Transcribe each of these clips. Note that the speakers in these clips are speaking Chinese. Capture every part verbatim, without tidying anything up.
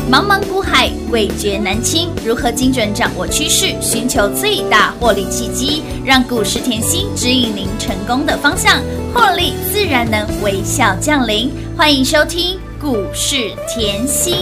茫茫股海，味觉难清。如何精准掌握趋势，寻求最大获利契机，让股市甜心指引您成功的方向，获利自然能微笑降临。欢迎收听股市甜心。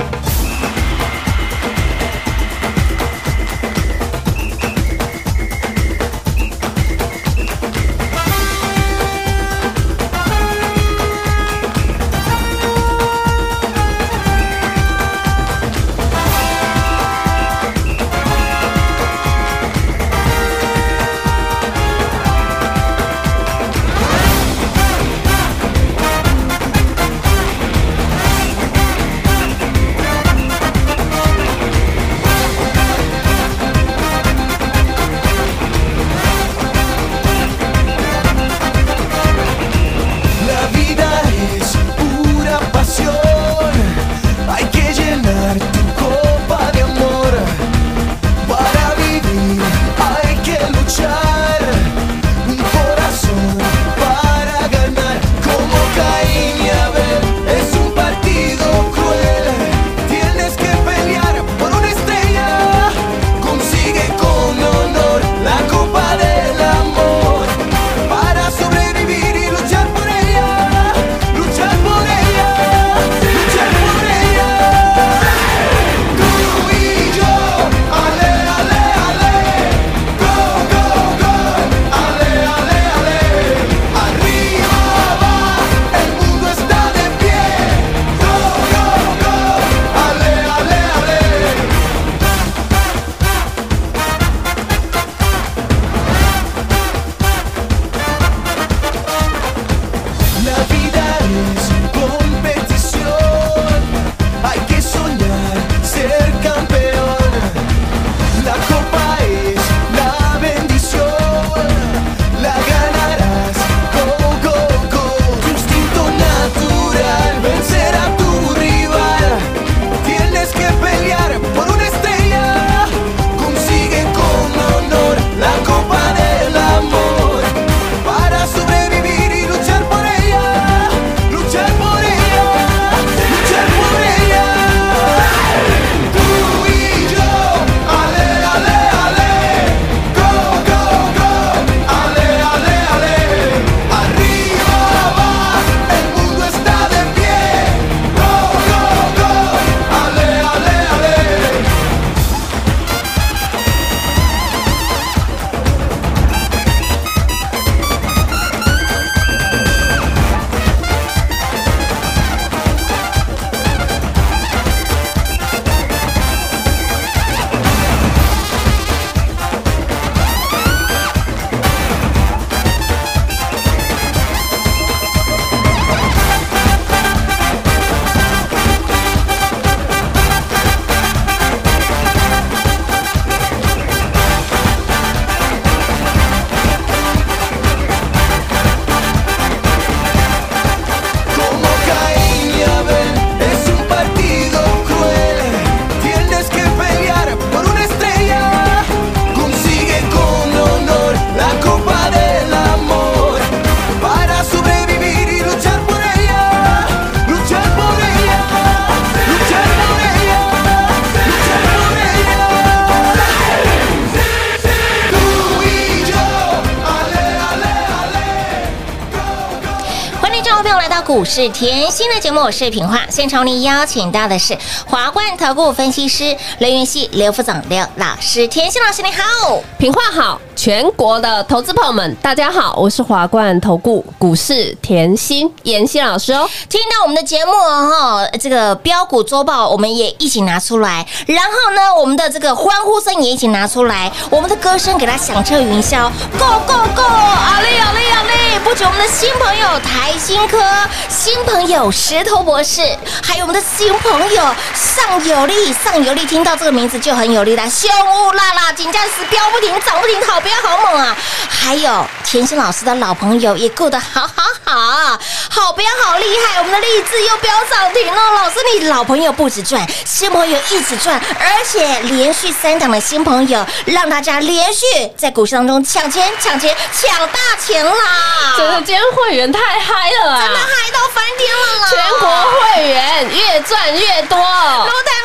股市甜心的节目，我是品化，现场你邀请到的是华冠投顾分析师刘元熙、刘副总、刘老师。甜心老师你好， 品化好，全国的投资朋友们大家好，我是华冠投顾股市甜心妍希老师哦。 听到我们的节目哦，这个标股周报我们也一起拿出来，然后呢，我们的这个欢呼声也一起拿出来，我们的歌声给它响彻云霄 ，Go Go Go！ 阿力阿力阿力！不止我们的新朋友台新科。新朋友石头博士，还有我们的新朋友上有力，上有力，听到这个名字就很有力啦，凶物辣辣，紧张时飙不停，涨不停，好标好猛啊！还有甜心老师的老朋友也过得好好好，好标好厉害，我们的励志又飙涨停了。老师，你老朋友不止赚，新朋友一直赚，而且连续三档的新朋友，让大家连续在股市当中抢钱、抢钱、抢大钱啦！ 真的，今天会员太嗨了啊！ 真的嗨到翻天了啦！ 全国会员越赚越多， 撸碳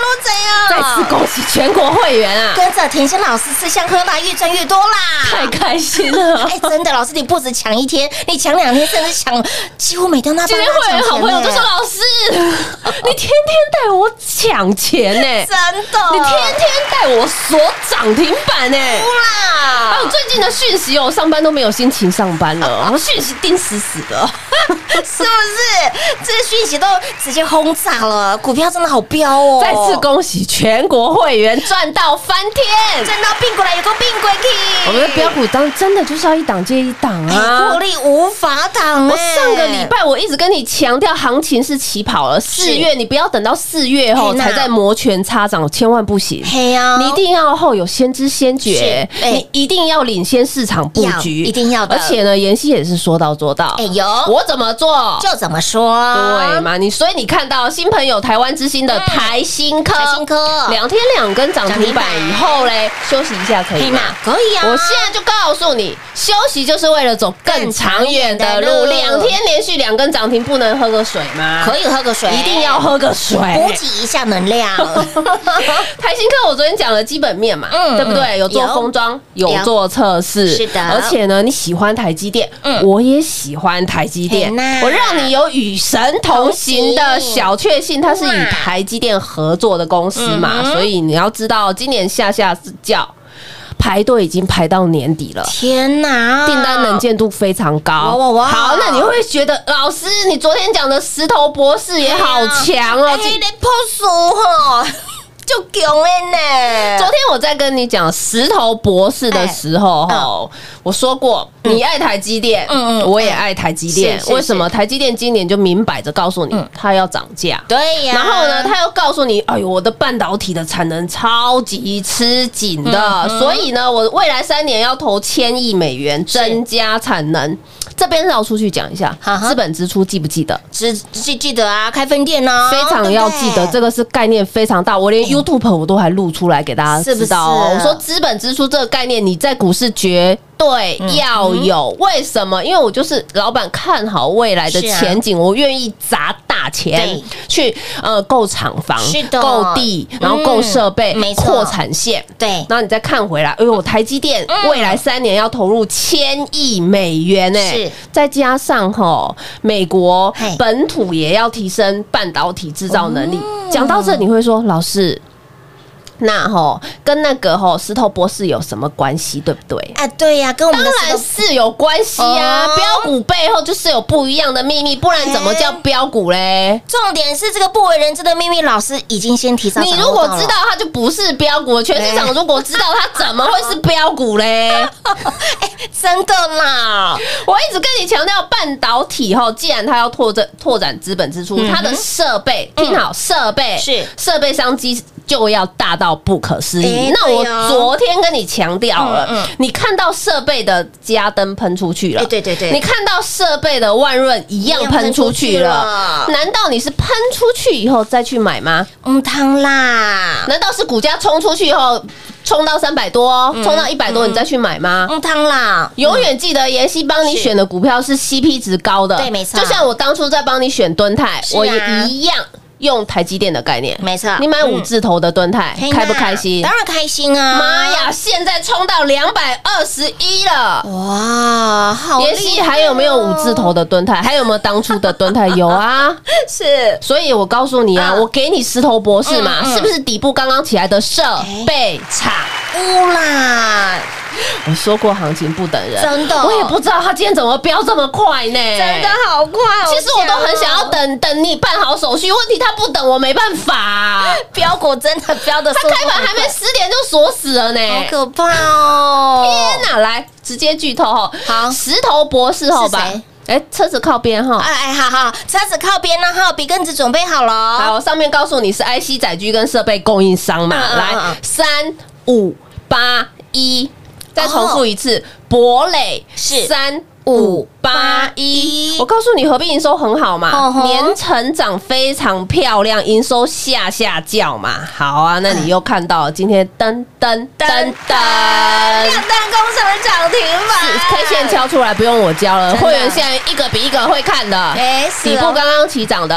次恭喜全国会员啊！ 跟着甜心老师吃香喝辣，越赚越多啦！ 太开心了！ 哎，真的，老师你不止抢一天，你抢两天，甚至抢几乎每天都要帮他今天会员好朋友就说：“ 抢钱老师，你天天带我抢钱呢、 呢真的， 你天天带我锁涨停板呢、 啦！ 还有最近的讯息哦，我上班都没有心情上班了，然后讯息盯死死的。 是不是？这些讯息都直接轰炸了，股票真的好飙哦！ 再次恭喜全国会员赚到翻天， 赚到并过来，有个并过去。 我们的标股当真的就是要一档接一档啊！ 获利无法挡我哎！ 上个礼拜我一直跟你强调，行情是起跑了，四月你不要等到四月后嘿那才在摩拳擦掌，千万不行。 嘿呀， 你一定要后有先知先觉， 是哎你一定要领先市场布局， 要一定要的而且呢，妍希也是说到做到。 哎有我怎么做就怎么说？ 对嘛？你所以你看到新朋友台湾之星的台新科， 台新科两天两根涨停板以后嘞，休息一下可以吗可以吗？？可以啊！ 我现在就告诉你，休息就是为了走更长远的路。 更长远的路两天连续两根涨停，不能喝个水吗？ 可以喝个水， 一定要喝个水， 补给一下能量。 台新科我昨天讲了基本面嘛， 嗯对不对？有做有封装，有有做测试， 是的而且呢，你喜欢台积电， 嗯我也喜欢台积电嘿呐， 我让你有与神同行的小确幸，它是与台积电合作的公司嘛， 嗯哼所以你要知道，今年下下叫排队已经排到年底了。 天哪， 订单能见度非常高， 哇哇哇好，那你会不会觉得老师，你昨天讲的石头博士也好强哦？ 哎，你破数哈，就强的呢。 昨天我在跟你讲石头博士的时候， 哎哈，我说过你爱台积电， 嗯嗯我也爱台积电是。是为什么台积电今年就明摆着告诉你，它要涨价？ 对呀， 然后呢，他又告诉你，哎呦，我的半导体的产能超级吃紧的，所以呢，我未来三年要投千亿美元增加产能。这边绕出去讲一下哈，哈资本支出记不记得？ 记记记得啊，开分店呢， 非常要记得，这个个是概念非常大，我连 YouTube 我都还录出来给大家是不是知道哦。我说资本支出这个概念，你在股市绝对要有。为什么？因为我就是老板看好未来的是啊前景，我愿意砸大钱对去呃购厂房是、的购地，然后购设备嗯没、错扩产线。 对然后你再看回来，哎呦，台积电嗯未来三年要投入千亿美元呢、 是再加上吼美国嘿本土也要提升半导体制造能力。 哦讲到这，你会说老师，那吼跟那个吼石头博士有什么关系，对不对？ 啊，对呀，跟我们当然的石头是有关系啊！ 哦标股背后就是有不一样的秘密，不然怎么叫标股嘞？ 重点是这个不为人知的秘密，老师已经先提早你掌握到了如果知道它就不是标股，全市场如果知道它，怎么会是标股嘞？ 真的啦， 我一直跟你强调，半导体后，既然它要拓展拓展资本支出，它的设备，听好，设备是设备商机就要大到不可思议。 哎那我对哦昨天跟你强调了嗯嗯， 你看到设备的加灯喷出去了， 哎对对对你看到设备的万润一样喷出去一样了， 喷出去了难道你是喷出去以后再去买吗？ 嗯，汤啦， 难道是股价冲出去以后冲到三百多，冲到一百多，你再去买吗？ 嗯，汤啦， 永远记得妍希帮你选的股票是 C P 值高的， 对没错就像我当初在帮你选敦泰， 是啊我也一样用台积电的概念， 没错你买五字头的敦泰， 嘿开不呐开心？ 当然开心啊！ 妈呀，现在冲到两百二十一了。 哇，好妍厉害哦希还有没有五字头的敦泰？还有没有当初的敦泰？有啊， 是所以我告诉你啊， 嗯我给你石头博士嘛， 嗯嗯是不是底部刚刚起来的设备厂？ 乌啦， 我说过行情不等人， 真的我也不知道它今天怎么飙这么快呢？ 真的好快哦！ 其实我都很想要等等你办好手续，问题他不等我没办法、啊。 标股真的标的， 他开盘还没十点就锁死了呢， 好可怕哦！ 天哪！来直接剧透哈， 好石头博士后吧是谁？ 哎，车子靠边哈。 哎哎，好好，车子靠边了哈，笔跟子准备好了。 好，上面告诉你是 I C 载具跟设备供应商嘛， 嗯嗯嗯来嗯三五八一，再重复一次，博磊是三五八一。我告诉你，合并营收很好嘛嗯，哼年成长非常漂亮，营收下下叫嘛。好啊，那你又看到了今天噔噔噔噔。 亮灯工程的涨停板 K 线敲出来，不用我教了。 真的会员现在一个比一个会看的， 哎是哦底部刚刚起涨的，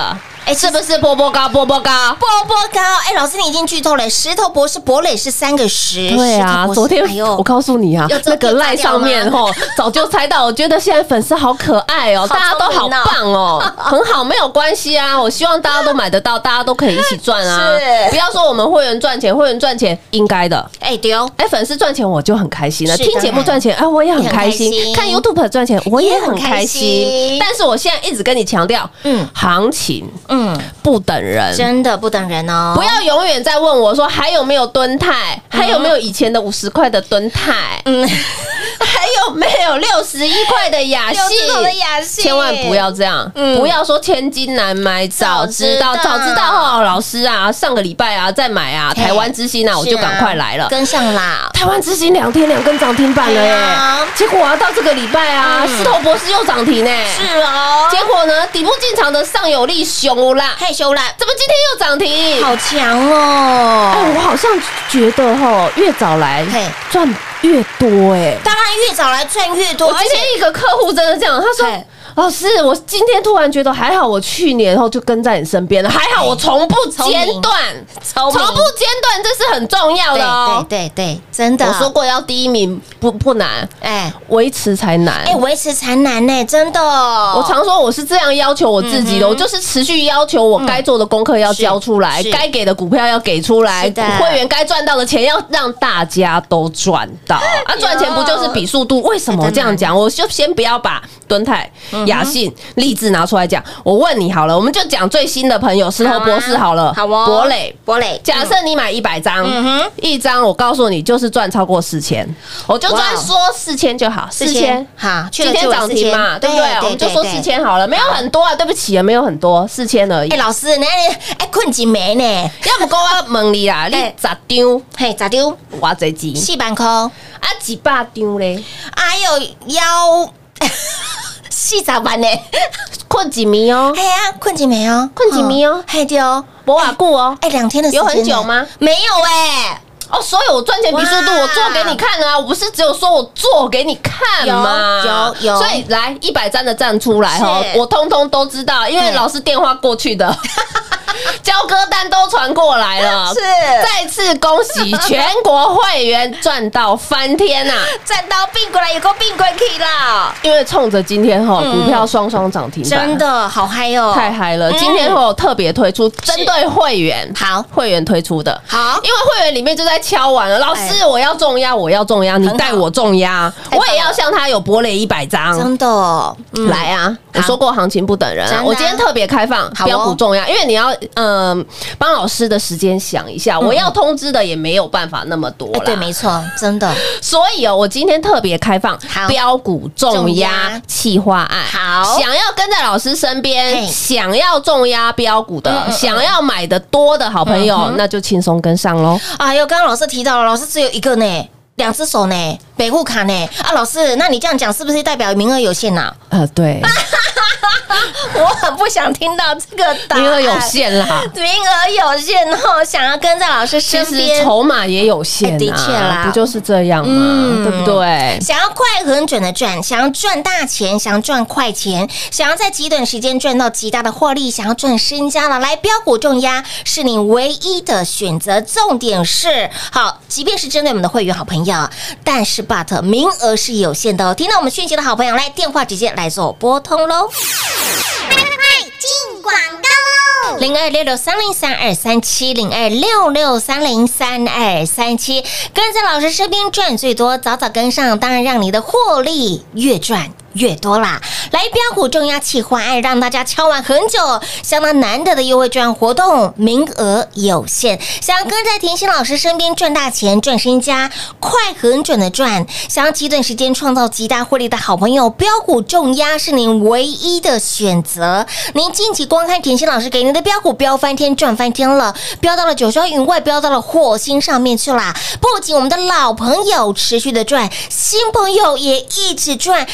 哎， 是不是波波高？波波高， 波波高？哎，老师你已经剧透了，石头博士博磊是三个十。 对啊，昨天我告诉你啊，那个赖上面吼早就猜到，我觉得现在粉丝好可爱哦，大家都好棒哦，很好，没有关系啊，我希望大家都买得到，大家都可以一起赚啊，不要说我们会员赚钱，会员赚钱应该的， 哎丢， 哎粉丝赚钱我就很开心了，听节目赚钱哎我也很开心，看 YouTube 赚钱我也很开心，但是我现在一直跟你强调，嗯，行情嗯不等人， 真的不等人哦， 不要永远在问我说还有没有敦泰，还有没有以前的五十块的敦泰，嗯，还有没有六十一块的雅信？ 的雅信， 千万不要这样，嗯、不要说千金难买早知道，早知道哦，老师啊，上个礼拜啊再买啊，台湾之星啊，我就赶快来了， 跟上啦。 台湾之星两天两根涨停板了耶，结果啊到这个礼拜啊，石头博士又涨停哎， 是哦， 结果呢底部进场的上有力熊啦， 害羞啦， 怎么今天又涨停？ 好强哦！ 哎，我好像觉得哈，越早来赚越多哎， 当然越早来赚越多。 我今天一个客户真的这样，他说。老师，我今天突然觉得还好，我去年后就跟在你身边了，还好我从不间断，从不间断，这是很重要的哦。 对对对，真的， 我说过要第一名不不难，哎，维持才难， 哎，维持才难呢，真的。 我常说我是这样要求我自己的，我就是持续要求我该做的功课要交出来，该给的股票要给出来，会员该赚到的钱要让大家都赚到。啊，赚钱不就是比速度？为什么我这样讲？我就先不要把敦泰、雅信、励志拿出来讲。我问你好了，我们就讲最新的朋友石头博士好了。 好哦， 博磊， 博磊。 假设你买一百张，一张我告诉你就是赚超过四千，我就赚说四千就好，四千好， 今天涨停嘛，对不对？我们就说四千好了，没有很多啊，对不起啊，没有很多，四千而已。 哎，老师，那哎困几枚呢？ 要不够我问你啦，你咋丢？ 嘿，咋丢？ 我这钱四万块啊， 几百张嘞？ 哎呦，要。四十万呢， 困几米哦？ 哎呀，困几米哦？ 困几米哦？ 嘿对哦， 博瓦固哦？ 哎，两天的时间有很久吗？ 没有哎。 哦，所以我赚钱比速度，我做给你看啊！我不是只有说我做给你看吗？ 有有， 所以来一百张的站出来哈，我通通都知道，因为老师电话过去的。交割单都传过来了， 是再次恭喜全国会员赚到翻天呐、啊！ 赚到并过来有个并过去啦！ 因为冲着今天哈、嗯、股票双双涨停板， 真的好嗨哦， 太嗨了！嗯、今天哈特别推出针对会员， 好会员推出的， 好， 因为会员里面就在敲完了，老师我要重压，我要重压，你带我重压，我也要像他有博磊一百张， 真的、 嗯、来啊！我说过行情不等人、啊，我今天特别开放标股重压，因为你要嗯。嗯，帮老师的时间想一下，我要通知的也没有办法那么多啦。 对，没错，真的。 所以哦，我今天特别开放标股重压企划案。 好， 想要跟在老师身边，想要重压标股的，想要买的多的好朋友，那就轻松跟上喽。 哎呦，刚刚老师提到了，老师只有一个呢。两只手呢，北户卡呢啊，老师，那你这样讲是不是代表名额有限呐、啊？ 呃，对， 我很不想听到这个答案， 名额有限啦， 名额有限哦，想要跟在老师身边， 其实筹码也有限、啊， 的确啦， 不就是这样吗？嗯、对不对？ 想要快很准的赚，想要赚大钱，想要赚快钱，想要在极短时间赚到极大的获利，想要赚身家了，来标股重压是你唯一的选择。重点是，好，即便是针对我们的会员好朋友。但是 but 名额是有限的哦，听到我们讯息的好朋友来电话直接来做拨通喽，快快快进广告喽，零二六六三零三二三七零二六六三零三二三七，跟在老师身边赚最多，早早跟上，当然让你的获利越赚越多啦！来标股重压企划案，让大家敲完很久，相当难得的优惠券活动，名额有限。想要跟在甜心老师身边赚大钱、赚身家，快很准的赚，想要极短时间创造极大获利的好朋友，标股重压是您唯一的选择。您近期光看甜心老师给您的标股飙翻天、赚翻天了，飙到了九霄云外，飙到了火星上面去啦！不仅我们的老朋友持续的赚，新朋友也一直赚，只要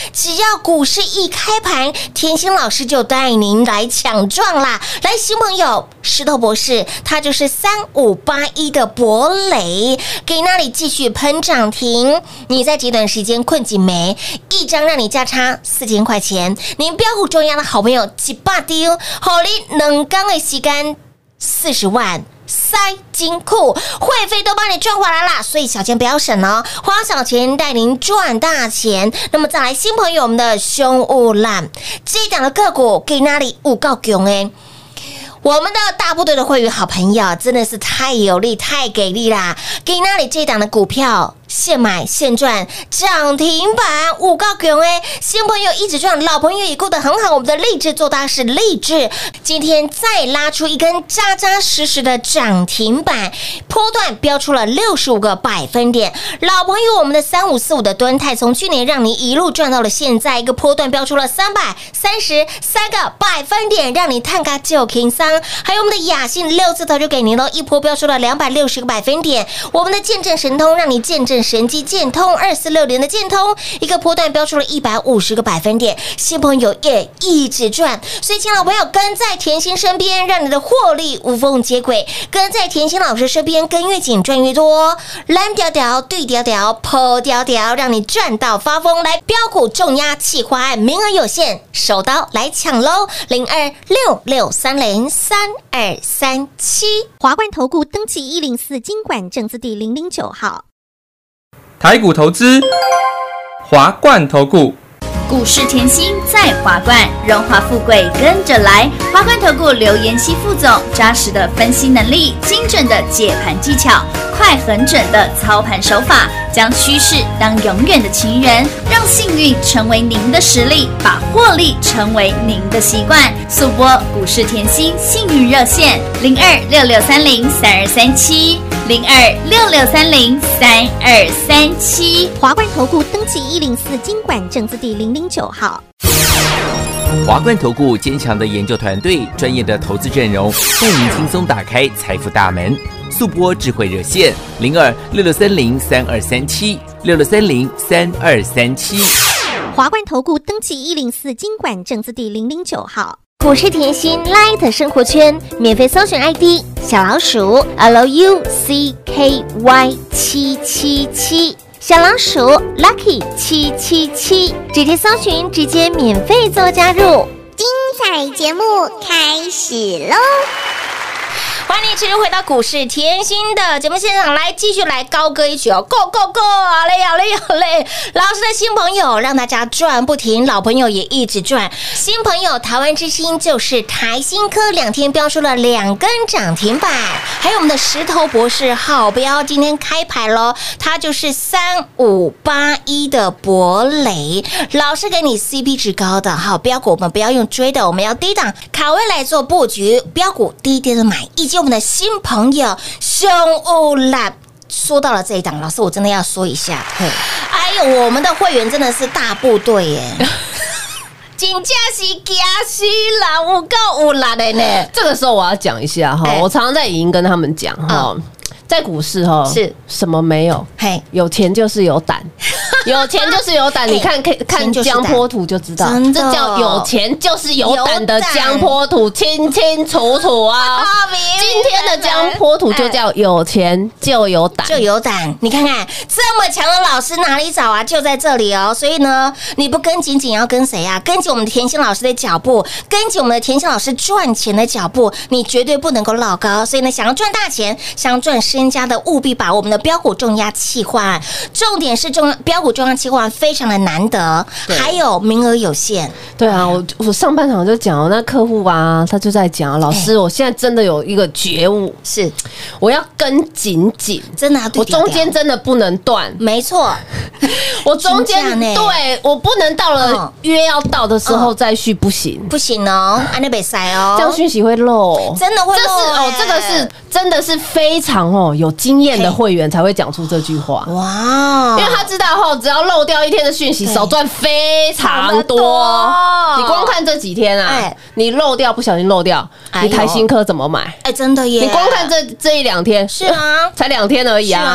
要股市一开盘，甜心老师就带您来抢赚啦！来，新朋友，石头博士，他就是三五八一的博磊，给那里继续喷涨停。你在极短时间困紧没？一张让你价差四千块钱，您标股重压的好朋友几百丢，好你能刚的时间四十万。塞金库会费都帮你赚回来啦，所以小钱不要省哦，花小钱带您赚大钱。那么再来新朋友，我们的凶物烂这一档的个股给哪里五告囧哎？我们的大部队的会员好朋友真的是太有力太给力啦，给哪里这一档的股票现买现赚，涨停板五告囧哎！新朋友一直赚，老朋友也过得很好。我们的励志做大事，励志今天再拉出一根扎扎实实的涨停板，波段飙出了六十五个百分点。老朋友，我们的三五四五的敦泰，从去年让你一路赚到了现在，一个波段飙出了三百三十三个百分点，让你探个九轻桑。还有我们的雅信六字头就给您了，一波飙出了两百六十个百分点。我们的见证神通，让你见证神机建通二四六零的建通，一个波段标出了一百五十个百分点，新朋友也一直赚，所以请老朋友跟在甜心身边，让你的获利无缝接轨，跟在甜心老师身边，跟越紧赚越多，蓝条条对条条破条条，让你赚到发疯。来，标股重压企划案，名额有限，手刀来抢喽！零二六六三零三二三七， 华冠投顾登记一零四金管证字第零零九号。 台股投资，华冠投顾。 股市甜心在华冠，荣华富贵跟着来。华冠投顾刘妍希副总，扎实的分析能力，精准的解盘技巧，快很准的操盘手法，将趋势当永远的情人，让幸运成为您的实力，把获利成为您的习惯。速播股市甜心幸运热线零二六六三零三二三七零二六六三零三二三七。 华冠投顾登记一零四金管证字第零零九号。 华冠投顾坚强的研究团队，专业的投资阵容，带您轻松打开财富大门。速播智慧热线零二六六三零三二三七六六三零三二三七。 华冠投顾登记一零四金管证字第零零九号。 股市甜心 Light 生活圈免费搜寻 I D 小老鼠 L U C K Y 七七七，小老鼠 Lucky 七七七，直接搜寻，直接免费做加入。精彩节目开始喽！欢迎你持续回到股市甜心的节目现场，来继续来高歌一曲哦 ，Go Go Go！ 好嘞，好嘞，好嘞！老师的新朋友让大家赚不停，老朋友也一直赚。新朋友台湾之星就是台新科，两天标出了两根涨停板，还有我们的石头博士好标今天开牌喽，它就是三五八一的博磊，老师给你 C P 值高的好标股，我们不要用追的，我们要低档卡位来做布局，标股低低的买，以及我们的新朋友凶物烂。说到了这一档，老师我真的要说一下，哎呦，我们的会员真的是大部队耶，真正是惊死人，有够有力的呢。 这个时候我要讲一下哈，我常常在影音跟他们讲哈。在股市哈是什么没有？嘿，有钱就是有胆，有钱就是有胆。你看，可以看江波图就知道，这叫有钱就是有胆的江波图，清清楚楚啊！今天的江波图就叫有钱就有胆， 就有胆。你看看这么强的老师哪里找啊？就在这里哦。所以呢，你不跟紧紧要跟谁啊？跟紧我们的甜心老师的脚步，跟紧我们的甜心老师赚钱的脚步，你绝对不能够落高。所以呢，想要赚大钱，想要赚身家的，务必把我们的标股重压企划案，重点是重标股重压企划案非常的难得，还有名额有限。 对啊，我我上半场就讲那客户啊，他就在讲，老师，我现在真的有一个觉悟， 是我要跟紧紧， 真的、啊， 我中间真的不能断， 没错， 我中间对我不能到了约要到的时候再续，不行， 不行哦，安内北塞哦， 这样讯息会漏， 真的会漏、欸， 这是哦，这个是真的是非常哦有经验的会员才会讲出这句话，哇，因为他知道后只要漏掉一天的讯息，少赚非常多。你光看这几天啊，哎、你漏掉不小心漏掉，哎、你台新科怎么买？ 哎，真的耶！ 你光看这这一两天， 是啊， 才两天而已啊。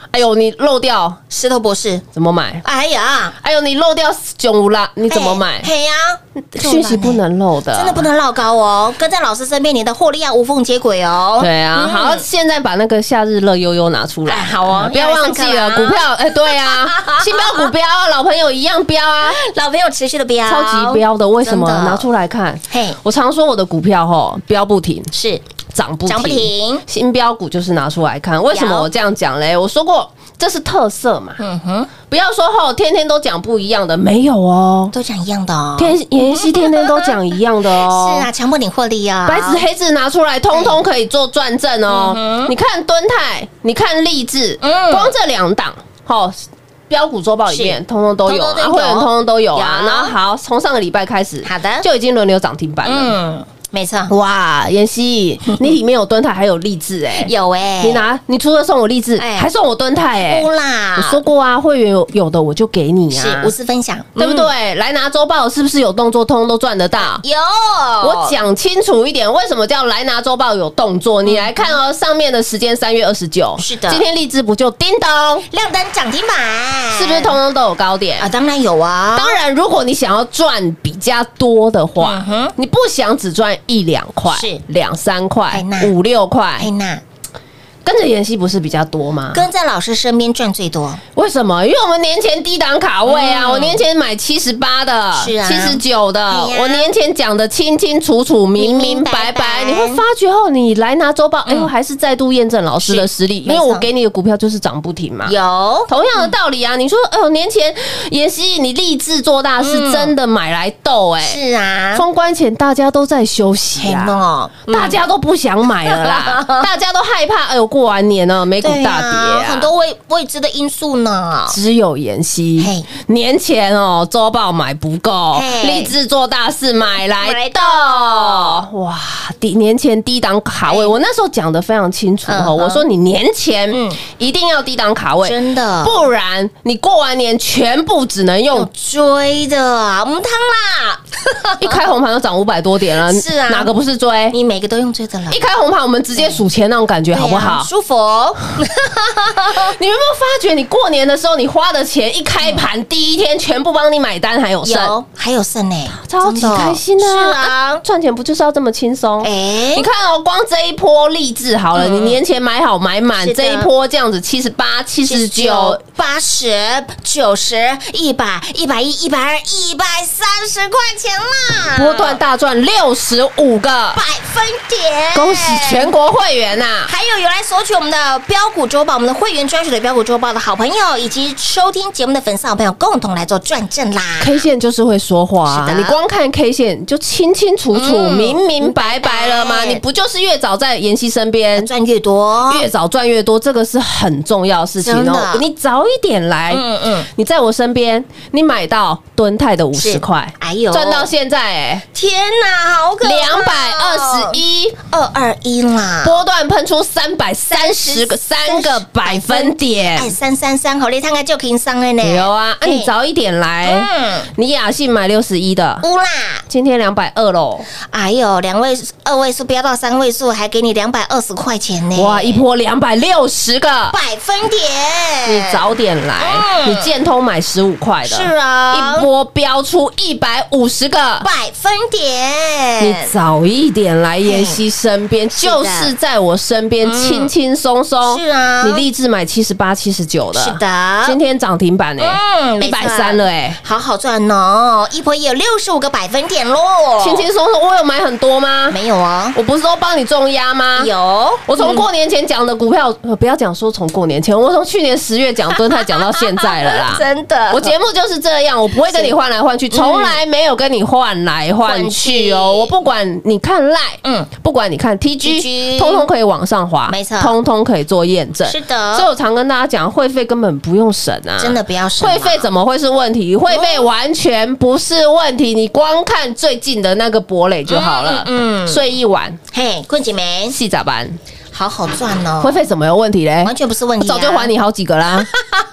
哎呦，你漏掉石头博士， 怎么买？ 哎呀， 哎呦，你漏掉囧无啦，你怎么买？ 嘿呀， 讯息不能漏的， 真的不能落高哦，跟在老师身边，你的获利要无缝接轨哦。 对啊，好，现在把那个夏日乐悠悠拿出来， 哎好哦不要忘记了股票，哎，对啊，新标股标，老朋友一样标啊， 老朋友持续的标， 超级标的，为什么？ 真的拿出来看， 嘿， 我常说我的股票吼标不停， 是涨不涨不停， 新标股就是拿出来看。为什么我这样讲嘞？我说过这是特色嘛， 嗯哼， 不要说吼天天都讲不一样的，没有哦， 都讲一样的哦。 天妍希天天都讲一样的哦， 是啊，强迫你获利啊， 白纸黑字拿出来，通通可以做转正哦。你看敦泰，你看励志，光这两档，吼。标股周报里面通通都有啊，会员通通都有啊。然后好，从上个礼拜开始， 好的就已经轮流涨停板了。 嗯，没错， 哇，妍希，你里面有敦泰，还有励志哎， 有哎， 你拿，你除了送我励志， 哎还送我敦泰哎， 不啦， 我说过啊，会员有有的我就给你啊， 是无私分享， 对不对？来拿周报是不是有动作，通通都赚得到？ 有， 我讲清楚一点，为什么叫来拿周报有动作？你来看哦，上面的时间三月二十九， 是的今天励志不就叮咚， 亮灯涨停板， 是不是通通都有高点啊？当然有啊， 当然，如果你想要赚比较多的话，你不想只赚一两块， 是两三块哎那、 五六块， 哎那跟着妍希不是比较多吗？ 跟在老师身边赚最多， 为什么？因为我们年前低档卡位啊，我年前买七十八的， 是啊七十九的哎呀， 我年前讲的清清楚楚、明明白白， 明明白白你会发觉后，你来拿周报，哎呦，还是再度验证老师的实力，因为没错我给你的股票就是涨不停嘛。 有同样的道理啊，你说，哎呦，年前妍希你立志做大是真的买来斗，哎， 是啊， 封关前大家都在休息嘿啊。 喏， 大家都不想买了啦，大家都害怕。哎呦，过完年了，美股对大跌啊， 很多未未知的因素呢。 只有妍希嘿年前哦，周报买不够， 嘿立志做大事买来买来的，哇！低年前低档卡位，我那时候讲的非常清楚哦， 嗯哼我说你年前嗯一定要低档卡位， 真的不然你过完年全部只能用有追的啊，母汤啦！ 一开红盘就涨五百多点了， 是啊哪个不是追？ 你每个都用追的了一，开红盘，我们直接数钱那种感觉好不好对啊？舒服。 你有没有发觉，你过年的时候你花的钱一开盘第一天全部帮你买单，还有剩， 有还有剩呢， 超级真的开心啊！ 是啊， 赚钱不就是要这么轻松？ 哎你看哦，光这一波励志好了，你年前买好买满是，的这一波这样子七十八、七十九。 八十、九十、一百、一百一、一百二、一百三十块钱啦， 波段大赚六十五个， 百分点， 恭喜全国会员呐！ 还有有来索取我们的标股周报，我们的会员专属的标股周报的好朋友，以及收听节目的粉丝好朋友，共同来做转正啦。 K 线就是会说话啊是！的你光看 K 线就清清楚楚、 嗯明明白白了吗？ 明白你不就是越早在妍希身边， 赚越多， 越早赚越多？这个是很重要的事情哦真的。 你早一点来， 嗯嗯， 你在我身边，你买到敦泰的五十是块， 哎呦赚到现在哎， 天哪，好可怕哦两百二十一。 二二一啦， 波段喷出三百三十个三个百分点哎，，三三三，好，你看看就可以上了呢。 有啊，啊你早一点来， 嗯， 你雅信买六十一的， 乌啦， 今天两百二喽， 哎呦，两位二位数飙到三位数，还给你两百二十块钱呢。 哇，一波两百六十个， 百分点， 你早点来， 嗯你建通买十五块的， 是啊， 一波飙出一百五十个。 百分点， 你早一点来妍希身边， 是的就是在我身边，轻轻松松。 是啊你立志买七十八、七十九的， 是的今天涨停板哎， 嗯一百三了哎， 好好赚哦，一波也有六十五个百分点喽， 轻轻松松。我有买很多吗？ 没有哦， 我不是都帮你重压吗？ 有， 我从过年前讲的股票，呃不要讲说从过年前，我从去年十月讲敦泰讲到现在了啦。 真的， 我节目就是这样，我不会跟你换来换去，从来没有跟你换来换去哦。我不管你看 Line， 嗯， 不管你看 T T G G， 通通可以往上滑， 没错通通可以做验证。 是的所以我常跟大家讲，会费根本不用省啊， 真的不要省啊会费怎么会是问题？会费完全不是问题，你光看最近的那个博磊就好了。 嗯嗯睡一晚嘿，困姐妹， 细咋办？ 好好赚哦， 会费怎么有问题嘞？ 完全不是问题啊， 我早就还你好几个啦。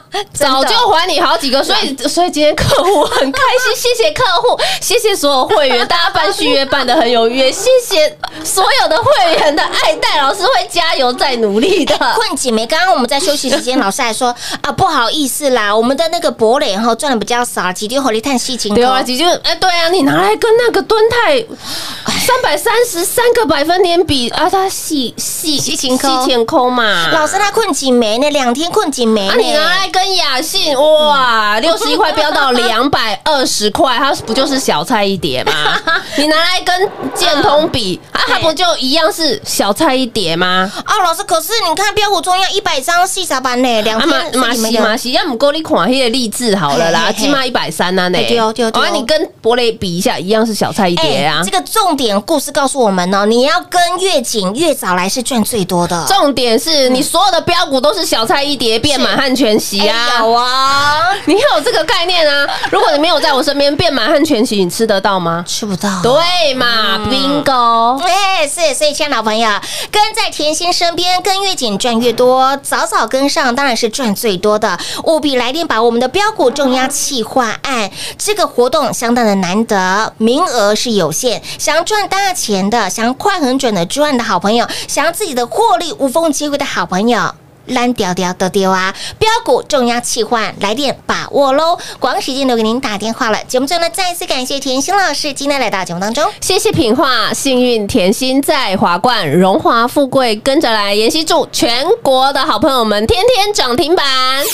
早就还你好几个，所以所以今天客户很开心，谢谢客户，谢谢所有会员，大家办续约办得很有约，谢谢所有的会员的爱戴，老师会加油再努力的。 困姐妹，刚刚我们在休息时间，老师还说啊，不好意思啦，我们的那个博磊哈赚的比较少，几丢火力碳细菌对啊，几丢哎，对啊，你拿来跟那个敦泰三百三十三个百分点比啊，它细细细钱抠细钱抠嘛， 老师他困几枚呢？两天困几枚呢？ 啊，你拿来跟雅信哇，六十一块飙到两百二十块，它不就是小菜一碟吗？你拿来跟建通比啊，它不就一样是小菜一碟吗？ 啊，老师，可是你看标股中央一百张细啥班呢？两天马西马西，要不够你看那个励志好了啦，起码一百三啊呢。 对哦对哦， 啊，你跟博磊比一下，一样是小菜一碟啊。 这个重点故事告诉我们哦，你要跟越紧越早来是赚最多的。 重点是你所有的标股都是小菜一碟，变满汉全席啊！ 有啊， 你有这个概念啊？如果你没有在我身边变满汉全席，你吃得到吗？ 吃不到。 对嘛 ，bingo！ 哎，是，所以亲爱的老朋友，跟在甜心身边，跟越紧赚越多，早早跟上当然是赚最多的。务必来电把我们的标股重压企划案这个活动相当的难得，名额是有限，想要赚大钱的，想要快很准的赚的好朋友，想要自己的获利无缝接轨的好朋友。蓝调调的丢啊！标股重压企划，来电把握喽！广告时间留给您打电话了。节目最后呢，再一次感谢甜心老师今天来到节目当中， 谢谢品画，幸运甜心在华冠，荣华富贵跟着来。妍希祝全国的好朋友们天天涨停板。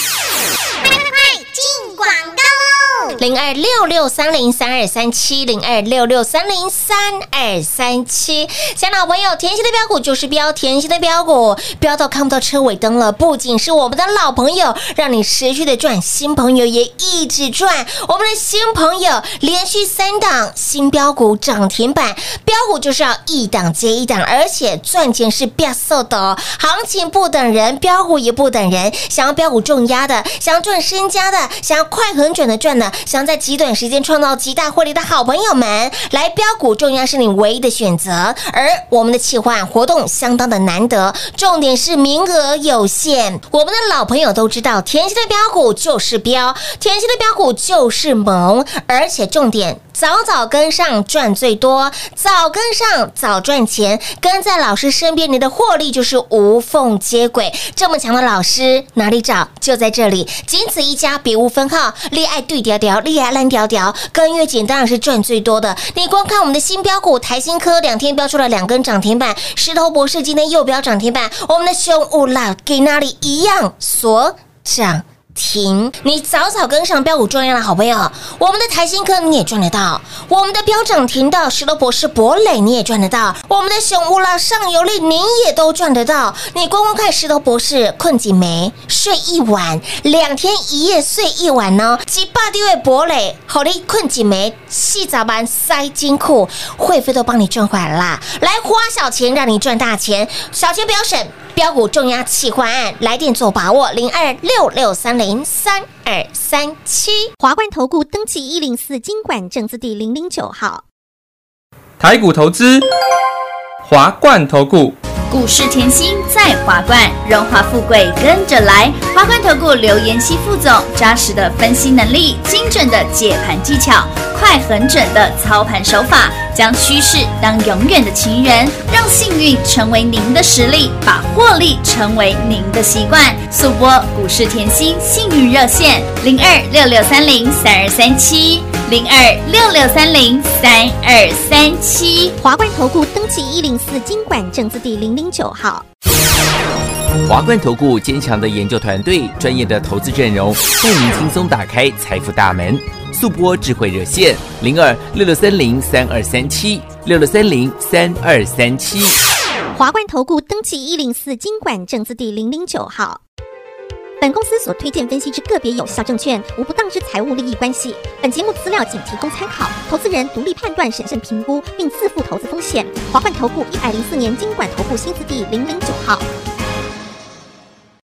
进广告喽！ 零二六六三零三二三七零二六六三零三二三七，亲爱的好朋友，甜心的标股就是标，甜心的标股标到看不到车尾灯了。不仅是我们的老朋友，让你持续的赚，新朋友也一直赚。我们的新朋友连续三档新标股涨停板，标股就是要一档接一档，而且赚钱是变瘦的哦。行情不等人，标股也不等人。想要标股重压的，想要赚身家的，想要快很准的赚的，想要在极短时间创造极大获利的好朋友们，来标股重压是你唯一的选择。而我们的企划活动相当的难得，重点是名额有限。我们的老朋友都知道，甜心的标股就是标，甜心的标股就是猛，而且重点早早跟上赚最多，早跟上早赚钱，跟在老师身边，你的获利就是无缝接轨。这么强的老师哪里找？就在这里，仅此一家，别无分号。厉害对调调，厉害烂调调，跟越紧当然是赚最多的。你光看我们的新标股台新科，两天标出了两根涨停板，石头博士今天又标涨停板，我们的熊五啦给那里一样所涨停，你早早跟上标股重要的好朋友，我们的台新科你也赚得到，我们的标涨停的石头博士博磊你也赚得到，我们的熊乌拉上游力你也都赚得到。你光光看石头博士困几枚睡一晚，两天一夜睡一晚呢，几百地位博磊好利困几枚细早班塞金库，会费都帮你赚回来啦。来花小钱让你赚大钱，小钱不要省，标股重压企划案，来电做把握零二六六三零三二三七。 华冠投顾登记一零四金管证字第零零九号。 台股投资，华冠投顾。 股市甜心在华冠，荣华富贵跟着来。华冠投顾刘妍希副总，扎实的分析能力，精准的解盘技巧，快很准的操盘手法，将趋势当永远的情人，让幸运成为您的实力，把获利成为您的习惯。速播股市甜心幸运热线零二六六三零三二三七零二六六三零三二三七。 华冠投顾登记一零四金管证字第零零九号。 华冠投顾坚强的研究团队，专业的投资阵容，带您轻松打开财富大门。速播智慧热线零二六六三零三二三七六六三零三二三七。 华冠投顾登记一零四金管证字第零零九号。本公司所推荐分析之个别有效证券，无不当之财务利益关系。本节目资料仅提供参考，投资人独立判断、审慎评估，并自负投资风险。华冠投顾一百零四年金管投顾新字第零零九号。